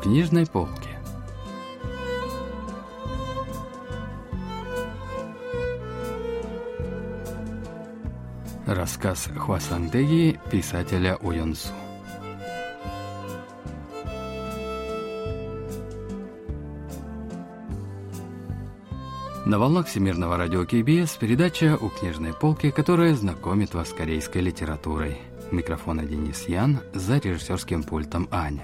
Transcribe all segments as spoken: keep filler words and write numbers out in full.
книжной полки. Рассказ Хвасантеги писателя Уйонсу. На волнах Всемирного радио кей би эс передача «У книжной полки», которая знакомит вас с корейской литературой. У микрофона Денис Ян, за режиссерским пультом Аня.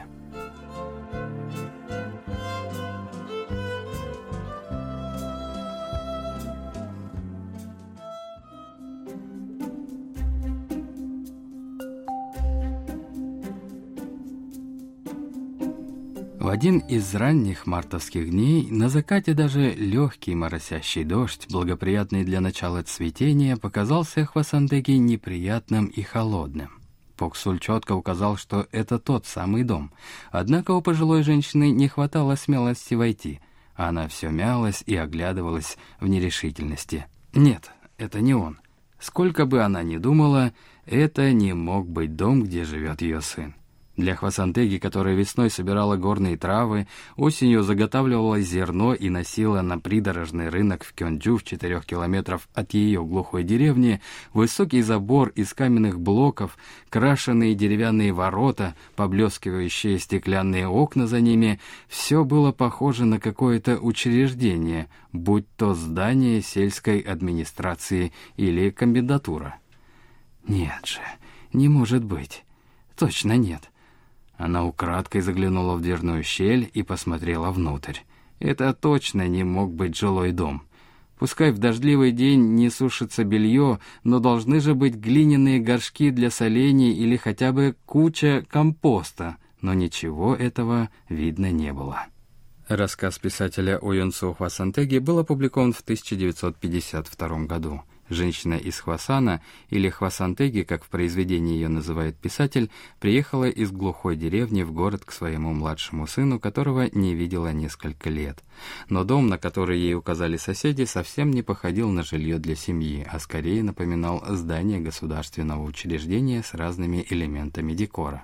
В один из ранних мартовских дней на закате даже легкий моросящий дождь, благоприятный для начала цветения, показался Хвасантеге неприятным и холодным. Поксуль четко указал, что это тот самый дом. Однако у пожилой женщины не хватало смелости войти. Она все мялась и оглядывалась в нерешительности. Нет, это не он. Сколько бы она ни думала, это не мог быть дом, где живет ее сын. Для Хвасантеги, которая весной собирала горные травы, осенью заготавливала зерно и носила на придорожный рынок в Кёнджу в четырех километров от ее глухой деревни, высокий забор из каменных блоков, крашеные деревянные ворота, поблескивающие стеклянные окна за ними — все было похоже на какое-то учреждение, будь то здание сельской администрации или комендатура. Нет же, не может быть. Точно нет. Она украдкой заглянула в дверную щель и посмотрела внутрь. Это точно не мог быть жилой дом. Пускай в дождливый день не сушится белье, но должны же быть глиняные горшки для солений или хотя бы куча компоста. Но ничего этого видно не было. Рассказ писателя Уйонсу Хвасантеги был опубликован в тысяча девятьсот пятьдесят втором году. Женщина из Хвасана, или Хвасантеги, как в произведении ее называет писатель, приехала из глухой деревни в город к своему младшему сыну, которого не видела несколько лет. Но дом, на который ей указали соседи, совсем не походил на жилье для семьи, а скорее напоминал здание государственного учреждения с разными элементами декора.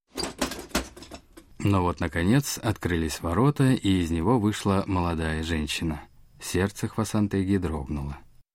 Но вот, наконец, открылись ворота, и из него вышла молодая женщина. Сердце Хвасантеги дрогнуло.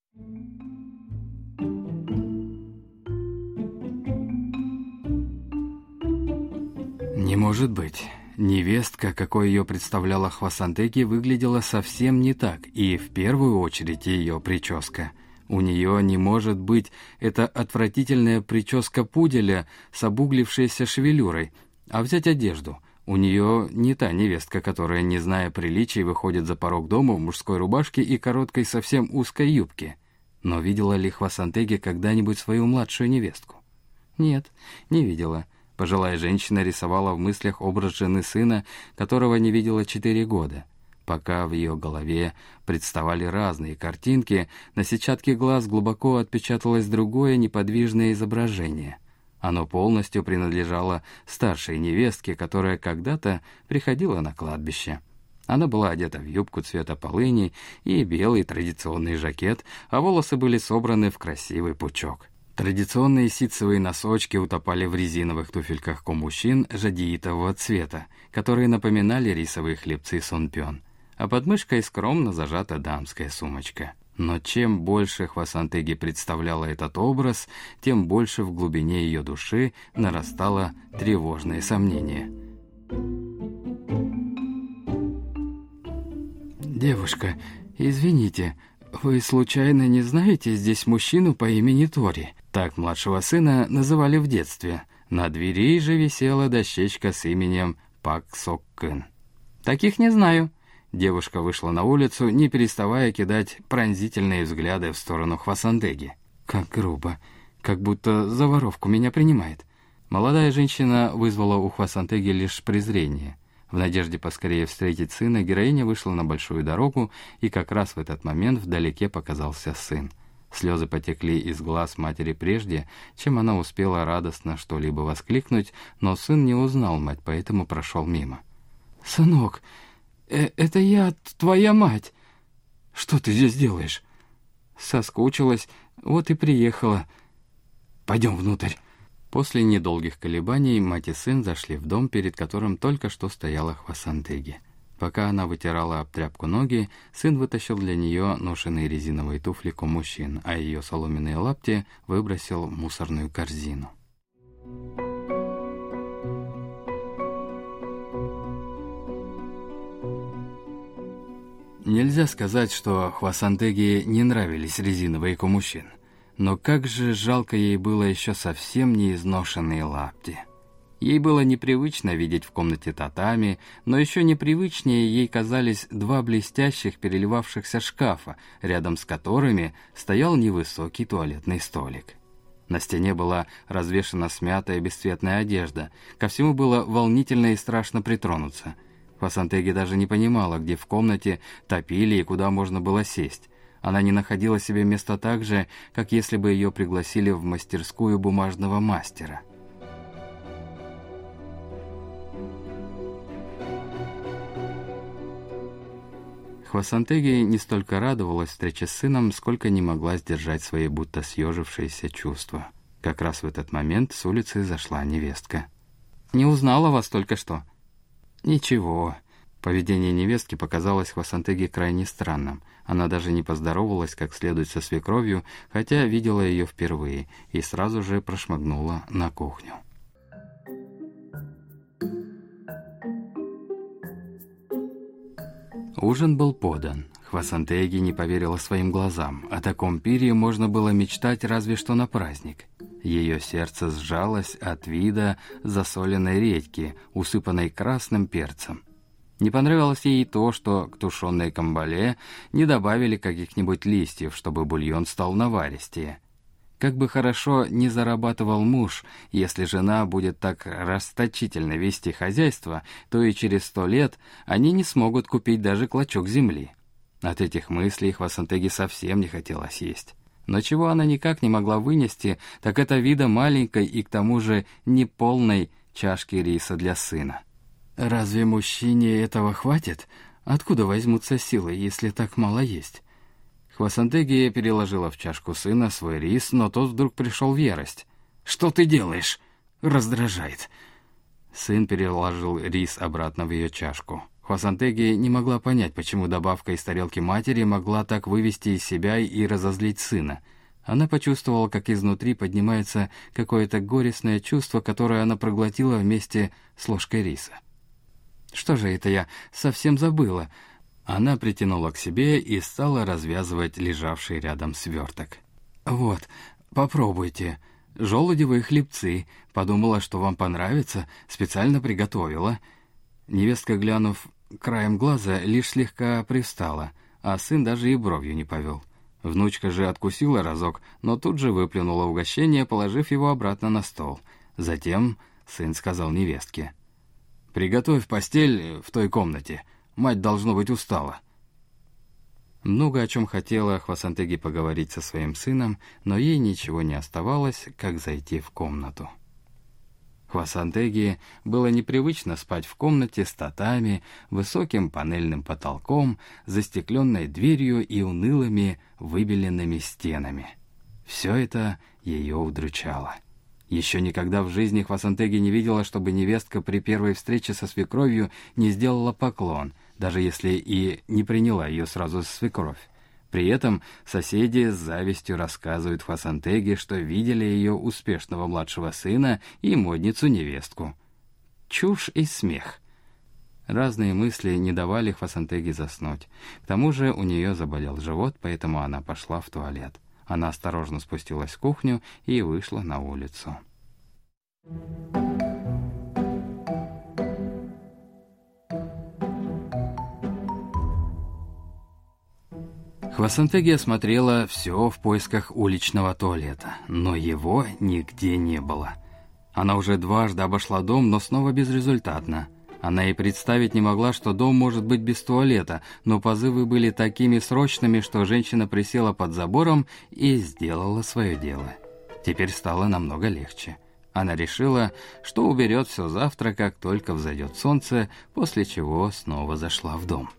Не может быть. Невестка, какой ее представляла Хвасантеги, выглядела совсем не так, и в первую очередь ее прическа. У нее не может быть эта отвратительная прическа пуделя с обуглившейся шевелюрой. А взять одежду. У нее не та невестка, которая, не зная приличий, выходит за порог дома в мужской рубашке и короткой совсем узкой юбке. Но видела ли Хвасантеги когда-нибудь свою младшую невестку? Нет, не видела. Пожилая женщина рисовала в мыслях образ жены сына, которого не видела четыре года. Пока в ее голове представали разные картинки, на сетчатке глаз глубоко отпечаталось другое неподвижное изображение. Оно полностью принадлежало старшей невестке, которая когда-то приходила на кладбище. Она была одета в юбку цвета полыни и белый традиционный жакет, а волосы были собраны в красивый пучок. Традиционные ситцевые носочки утопали в резиновых туфельках ко-мужчин жадеитового цвета, которые напоминали рисовые хлебцы сонпён, а под мышкой скромно зажата дамская сумочка. Но чем больше Хвасантеги представляла этот образ, тем больше в глубине ее души нарастало тревожное сомнение. «Девушка, извините, вы случайно не знаете здесь мужчину по имени Тори?» Так младшего сына называли в детстве. На двери же висела дощечка с именем Пак Сок Кын. «Таких не знаю». Девушка вышла на улицу, не переставая кидать пронзительные взгляды в сторону Хвасантеги. «Как грубо, как будто за воровку меня принимает». Молодая женщина вызвала у Хвасантеги лишь презрение. В надежде поскорее встретить сына, героиня вышла на большую дорогу, и как раз в этот момент вдалеке показался сын. Слезы потекли из глаз матери прежде, чем она успела радостно что-либо воскликнуть, но сын не узнал мать, поэтому прошел мимо. «Сынок, э это я, твоя мать. Что ты здесь делаешь?» «Соскучилась, вот и приехала. Пойдем внутрь». После недолгих колебаний мать и сын зашли в дом, перед которым только что стояла Хвасантеги. Пока она вытирала об тряпку ноги, сын вытащил для нее ношеные резиновые туфли Коммусин, а ее соломенные лапти выбросил в мусорную корзину. Нельзя сказать, что Хвасантеги не нравились резиновые Коммусин, но как же жалко ей было еще совсем не изношенные лапти. Ей было непривычно видеть в комнате татами, но еще непривычнее ей казались два блестящих переливавшихся шкафа, рядом с которыми стоял невысокий туалетный столик. На стене была развешана смятая бесцветная одежда, ко всему было волнительно и страшно притронуться. Хвасантеги даже не понимала, где в комнате топили и куда можно было сесть. Она не находила себе места так же, как если бы ее пригласили в мастерскую бумажного мастера. Хвасантеги не столько радовалась встрече с сыном, сколько не могла сдержать свои будто съежившиеся чувства. Как раз в этот момент с улицы зашла невестка. «Не узнала вас только что». «Ничего». Поведение невестки показалось Хвасантеге крайне странным. Она даже не поздоровалась как следует со свекровью, хотя видела ее впервые, и сразу же прошмыгнула на кухню. Ужин был подан. Хвасантеги не поверила своим глазам. О таком пире можно было мечтать разве что на праздник. Ее сердце сжалось от вида засоленной редьки, усыпанной красным перцем. Не понравилось ей и то, что к тушеной камбале не добавили каких-нибудь листьев, чтобы бульон стал наваристее. Как бы хорошо ни зарабатывал муж, если жена будет так расточительно вести хозяйство, то и через сто лет они не смогут купить даже клочок земли. От этих мыслей Хвасантеге совсем не хотелось есть. Но чего она никак не могла вынести, так это вида маленькой и к тому же неполной чашки риса для сына. Разве мужчине этого хватит? Откуда возьмутся силы, если так мало есть? Хвасантеги переложила в чашку сына свой рис, но тот вдруг пришел в ярость. «Что ты делаешь?» «Раздражает». Сын переложил рис обратно в ее чашку. Хвасантеги не могла понять, почему добавка из тарелки матери могла так вывести из себя и разозлить сына. Она почувствовала, как изнутри поднимается какое-то горестное чувство, которое она проглотила вместе с ложкой риса. «Что же это я совсем забыла?» Она притянула к себе и стала развязывать лежавший рядом сверток. «Вот, попробуйте. Желудевые хлебцы. Подумала, что вам понравится, специально приготовила». Невестка, глянув краем глаза, лишь слегка привстала, а сын даже и бровью не повел. Внучка же откусила разок, но тут же выплюнула угощение, положив его обратно на стол. Затем сын сказал невестке: «Приготовь постель в той комнате. Мать, должно быть, устала». Много о чем хотела Хвасантеги поговорить со своим сыном, но ей ничего не оставалось, как зайти в комнату. Хвасантеги было непривычно спать в комнате с татами, высоким панельным потолком, застекленной дверью и унылыми выбеленными стенами. Все это ее удручало. Еще никогда в жизни Хвасантеги не видела, чтобы невестка при первой встрече со свекровью не сделала поклон, даже если и не приняла ее сразу за свекровь. При этом соседи с завистью рассказывают Хвасантеге, что видели ее успешного младшего сына и модницу-невестку. Чушь и смех. Разные мысли не давали Хвасантеге заснуть. К тому же у нее заболел живот, поэтому она пошла в туалет. Она осторожно спустилась в кухню и вышла на улицу. Хвасантеги осмотрела все в поисках уличного туалета, но его нигде не было. Она уже дважды обошла дом, но снова безрезультатно. Она и представить не могла, что дом может быть без туалета, но позывы были такими срочными, что женщина присела под забором и сделала свое дело. Теперь стало намного легче. Она решила, что уберет все завтра, как только взойдет солнце, после чего снова зашла в дом.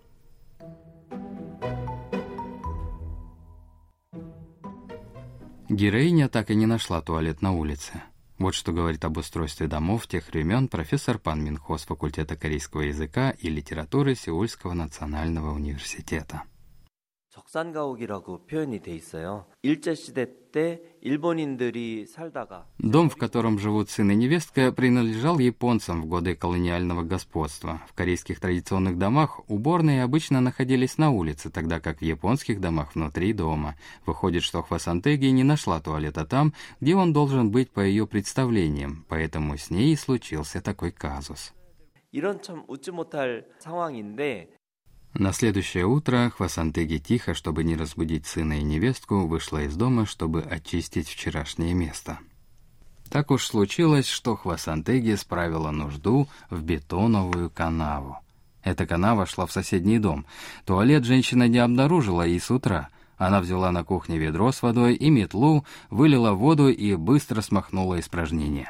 Героиня так и не нашла туалет на улице. Вот что говорит об устройстве домов тех времен профессор Пан Мин Хо с факультета корейского языка и литературы Сеульского национального университета. 적산가옥이라고 표현이 돼 있어요. 일제시대 때 일본인들이 살다가 Дом, в котором живут сын и невестка, принадлежал японцам в годы колониального господства. В корейских традиционных домах уборные обычно находились на улице, тогда как в японских домах внутри дома. Выходит, что Хвасантеги не нашла туалета там, где он должен быть по ее представлениям, поэтому с ней и случился такой казус. 이런 참 웃지 못할 상황인데 На следующее утро Хвасантеги тихо, чтобы не разбудить сына и невестку, вышла из дома, чтобы очистить вчерашнее место. Так уж случилось, что Хвасантеги справила нужду в бетоновую канаву. Эта канава шла в соседний дом. Туалет женщина не обнаружила и с утра. Она взяла на кухне ведро с водой и метлу, вылила воду и быстро смахнула испражнения.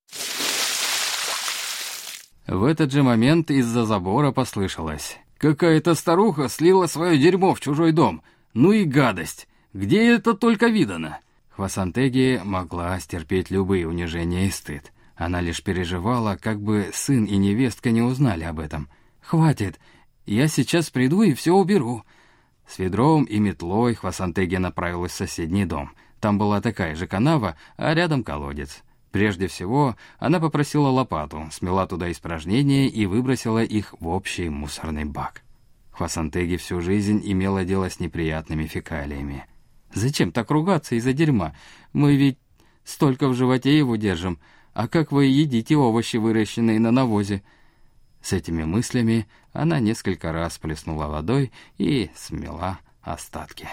В этот же момент из-за забора послышалось: «Какая-то старуха слила свое дерьмо в чужой дом. Ну и гадость! Где это только видано?» Хвасантеги могла стерпеть любые унижения и стыд. Она лишь переживала, как бы сын и невестка не узнали об этом. «Хватит! Я сейчас приду и все уберу». С ведром и метлой Хвасантеги направилась в соседний дом. Там была такая же канава, а рядом колодец. Прежде всего, она попросила лопату, смела туда испражнения и выбросила их в общий мусорный бак. Хвасантеги всю жизнь имела дело с неприятными фекалиями. «Зачем так ругаться из-за дерьма? Мы ведь столько в животе его держим. А как вы едите овощи, выращенные на навозе?» С этими мыслями она несколько раз плеснула водой и смела остатки.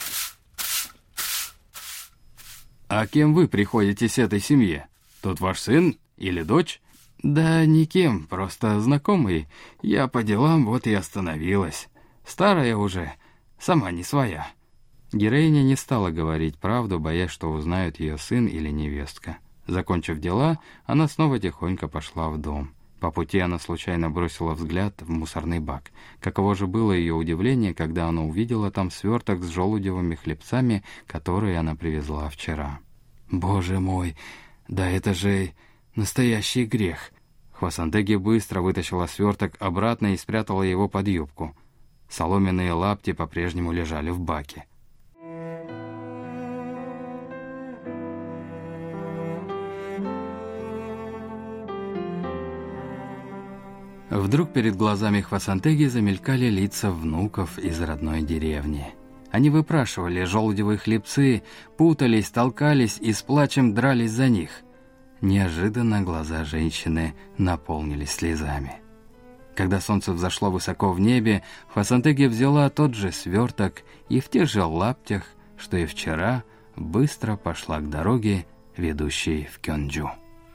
«А кем вы приходитесь этой семье? Тут ваш сын или дочь?» «Да никем, просто знакомый. Я по делам вот и остановилась. Старая уже, сама не своя». Героиня не стала говорить правду, боясь, что узнают ее сын или невестка. Закончив дела, она снова тихонько пошла в дом. По пути она случайно бросила взгляд в мусорный бак. Каково же было ее удивление, когда она увидела там сверток с желудевыми хлебцами, которые она привезла вчера. «Боже мой, да это же настоящий грех!» Хвасантеги быстро вытащила сверток обратно и спрятала его под юбку. Соломенные лапти по-прежнему лежали в баке. Вдруг перед глазами Хвасантеги замелькали лица внуков из родной деревни. Они выпрашивали желудевые хлебцы, путались, толкались и с плачем дрались за них. Неожиданно глаза женщины наполнились слезами. Когда солнце взошло высоко в небе, Хвасантеги взяла тот же сверток и в тех же лаптях, что и вчера, быстро пошла к дороге, ведущей в Кёнджу.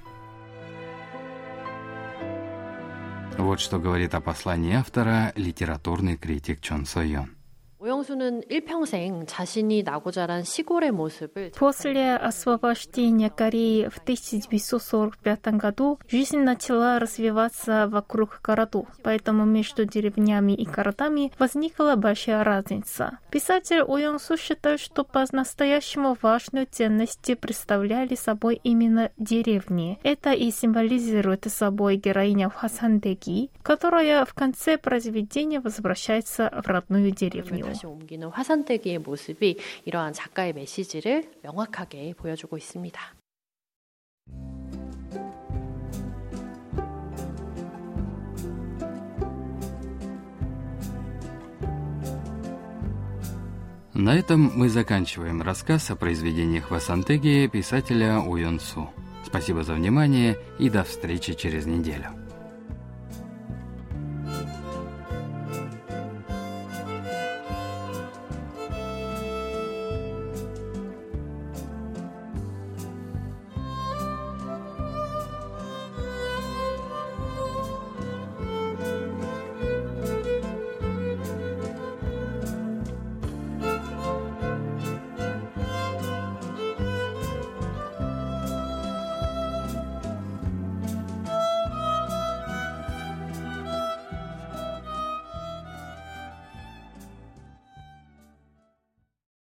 Вот что говорит о послании автора литературный критик Чон Со-ён. 오영수는 일평생 자신이 나고 자란 시골의 모습을 После освобождения Кореи в тысяча девятьсот сорок пятом году жизнь начала развиваться вокруг городов, поэтому между деревнями и городами возникла большая разница. Писатель Оёнсу считает, что по-настоящему важную ценность представляли собой именно деревни. Это и символизирует собой героиня Хвасантеги, которая в конце произведения возвращается в родную деревню. 다시 옮기는 화산대기의 모습이 이러한 작가의 메시지를 명확하게 보여주고 있습니다. На этом мы заканчиваем рассказ о произведениях Хвасантеги писателя Оёнсу. Спасибо за внимание и до встречи через неделю.